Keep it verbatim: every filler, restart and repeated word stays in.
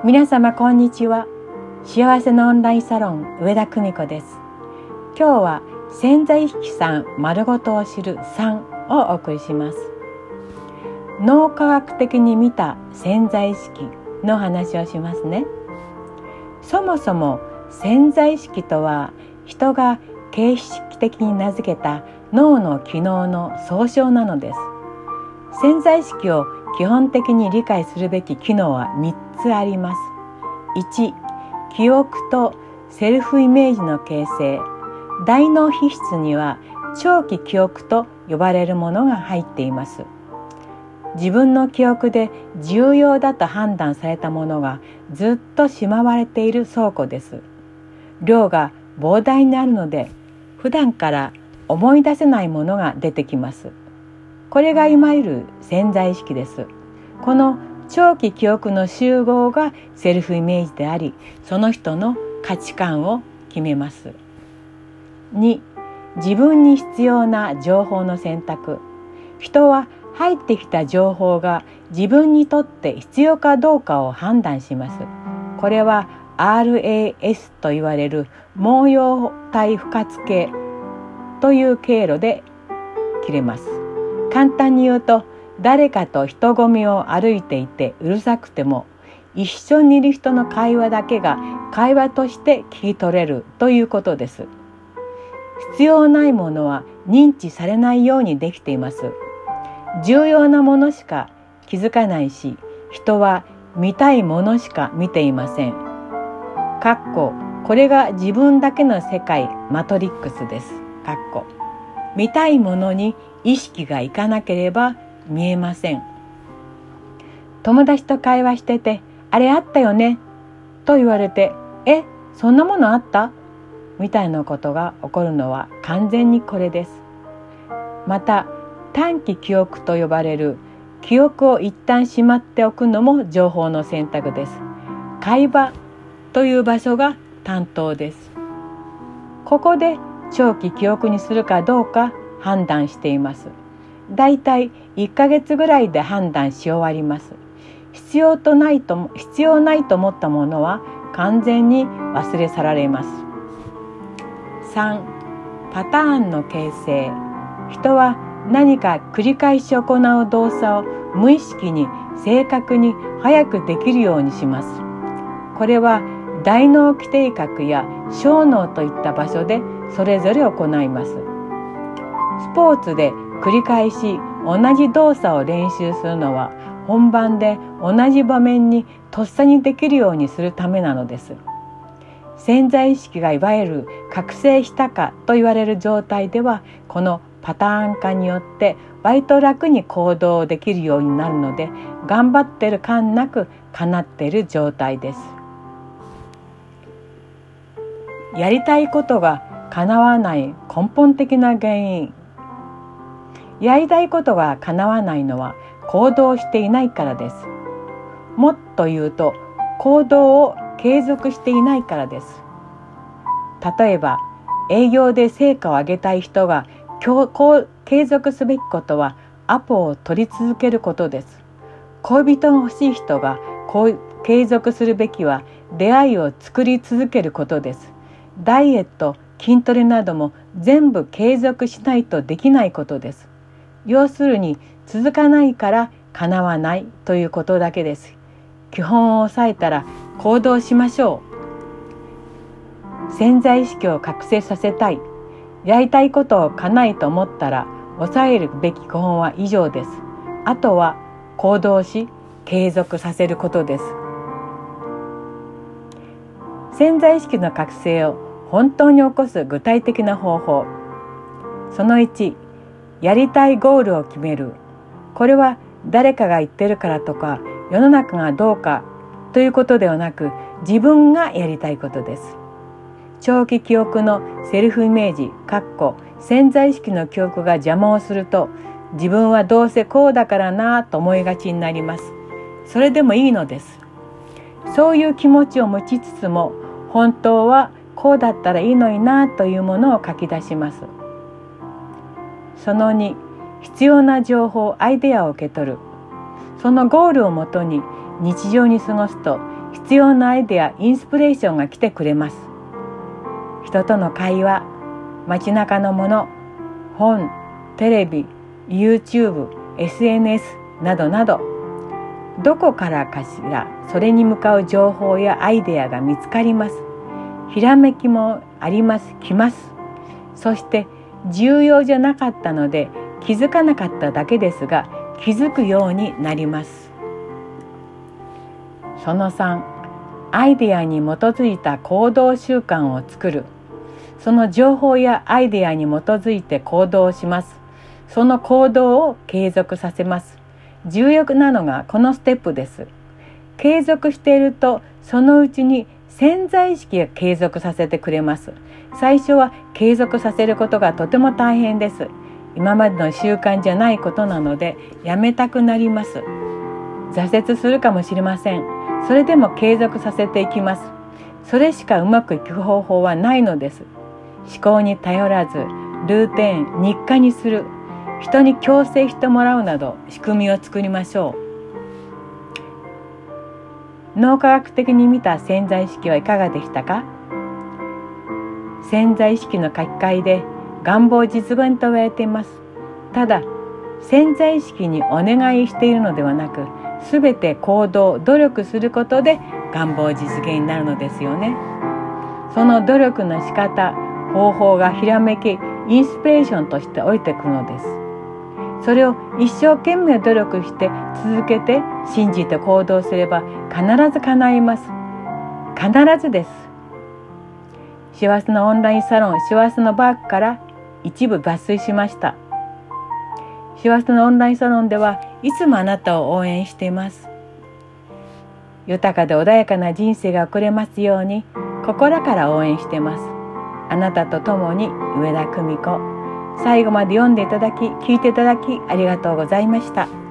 皆様こんにちは。幸せのオンラインサロン上田久美子です。今日は潜在意識さん丸ごとを知るさんをお送りします。脳科学的に見た潜在意識の話をしますね。そもそも潜在意識とは人が形式的に名付けた脳の機能の総称なのです。潜在意識を基本的に理解するべき機能はみっつあります。いち、記憶とセルフイメージの形成。大脳皮質には長期記憶と呼ばれるものが入っています。自分の記憶で重要だと判断されたものがずっとしまわれている倉庫です。量が膨大にあるので普段から思い出せないものが出てきます。これがいわゆる潜在意識です。この長期記憶の集合がセルフイメージであり、その人の価値観を決めます。に、自分に必要な情報の選択。人は入ってきた情報が自分にとって必要かどうかを判断します。これは アールエーエス と言われる毛様体不活系という経路で切れます。簡単に言うと、誰かと人混みを歩いていてうるさくても、一緒にいる人の会話だけが会話として聞き取れるということです。必要ないものは認知されないようにできています。重要なものしか気づかないし、人は見たいものしか見ていません。かっここれが自分だけの世界マトリックスです。かっこ見たいものに意識がいかなければ見えません。友達と会話してて、あれあったよねと言われて、え、そんなものあったみたいなことが起こるのは完全にこれです。また短期記憶と呼ばれる記憶を一旦しまっておくのも情報の選択です。会話という場所が担当です。ここで長期記憶にするかどうか判断しています。だいたいいっかげつぐらいで判断し終わります。必要とないと必要ないと思ったものは完全に忘れ去られます。さん、パターンの形成。人は何か繰り返し行う動作を無意識に正確に早くできるようにします。これは大脳基底核や小脳といった場所でそれぞれ行います。スポーツで繰り返し同じ動作を練習するのは本番で同じ場面にとっさにできるようにするためなのです。潜在意識がいわゆる覚醒したかと言われる状態では、このパターン化によって割と楽に行動できるようになるので、頑張ってる感なく叶っている状態です。やりたいことが叶わない根本的な原因。やりたいことが叶わないのは行動していないからです。もっと言うと、行動を継続していないからです。例えば、営業で成果を上げたい人が継続すべきことはアポを取り続けることです。恋人が欲しい人が継続するべきは出会いを作り続けることです。ダイエット、筋トレなども全部継続しないとできないことです。要するに続かないから叶わないということだけです。基本を押さえたら行動しましょう。潜在意識を覚醒させたい。やりたいことを叶えと思ったら抑えるべき基本は以上です。あとは行動し継続させることです。潜在意識の覚醒を本当に起こす具体的な方法。そのいち、やりたいゴールを決める。これは誰かが言ってるからとか世の中がどうかということではなく、自分がやりたいことです。長期記憶のセルフイメージかっこ潜在意識の記憶が邪魔をすると、自分はどうせこうだからなと思いがちになります。それでもいいのです。そういう気持ちを持ちつつも、本当はこうだったらいいのになというものを書き出します。そのに、必要な情報、アイデアを受け取る。 そのゴールをもとに日常に過ごすと必要なアイデア、インスピレーションが来てくれます。人との会話、街中のもの、本、テレビ、YouTube、エスエヌエス などなど、どこからかしらそれに向かう情報やアイデアが見つかります。ひらめきもあります、来ます。そして重要じゃなかったので気づかなかっただけですが、気づくようになります。そのさん、アイデアに基づいた行動習慣を作る。その情報やアイデアに基づいて行動します。その行動を継続させます。重要なのがこのステップです。継続しているとそのうちに潜在意識が継続させてくれます。最初は継続させることがとても大変です。今までの習慣じゃないことなのでやめたくなります。挫折するかもしれません。それでも継続させていきます。それしかうまくいく方法はないのです。思考に頼らずルーティン、日課にする、人に強制してもらうなど仕組みを作りましょう。脳科学的に見た潜在意識はいかがでしたか？潜在意識の書き換えで願望実現と言われています。ただ潜在意識にお願いしているのではなく、すべて行動、努力することで願望実現になるのですよね。その努力の仕方、方法がひらめき、インスピレーションとして降りてくるのです。それを一生懸命努力して続けて信じて行動すれば必ず叶います。必ずです。幸せのオンラインサロン、幸せのバークから一部抜粋しました。幸せのオンラインサロンではいつもあなたを応援しています。豊かで穏やかな人生が送れますように心から応援しています。あなたと共に上田久美子。最後まで読んでいただき、聞いていただきありがとうございました。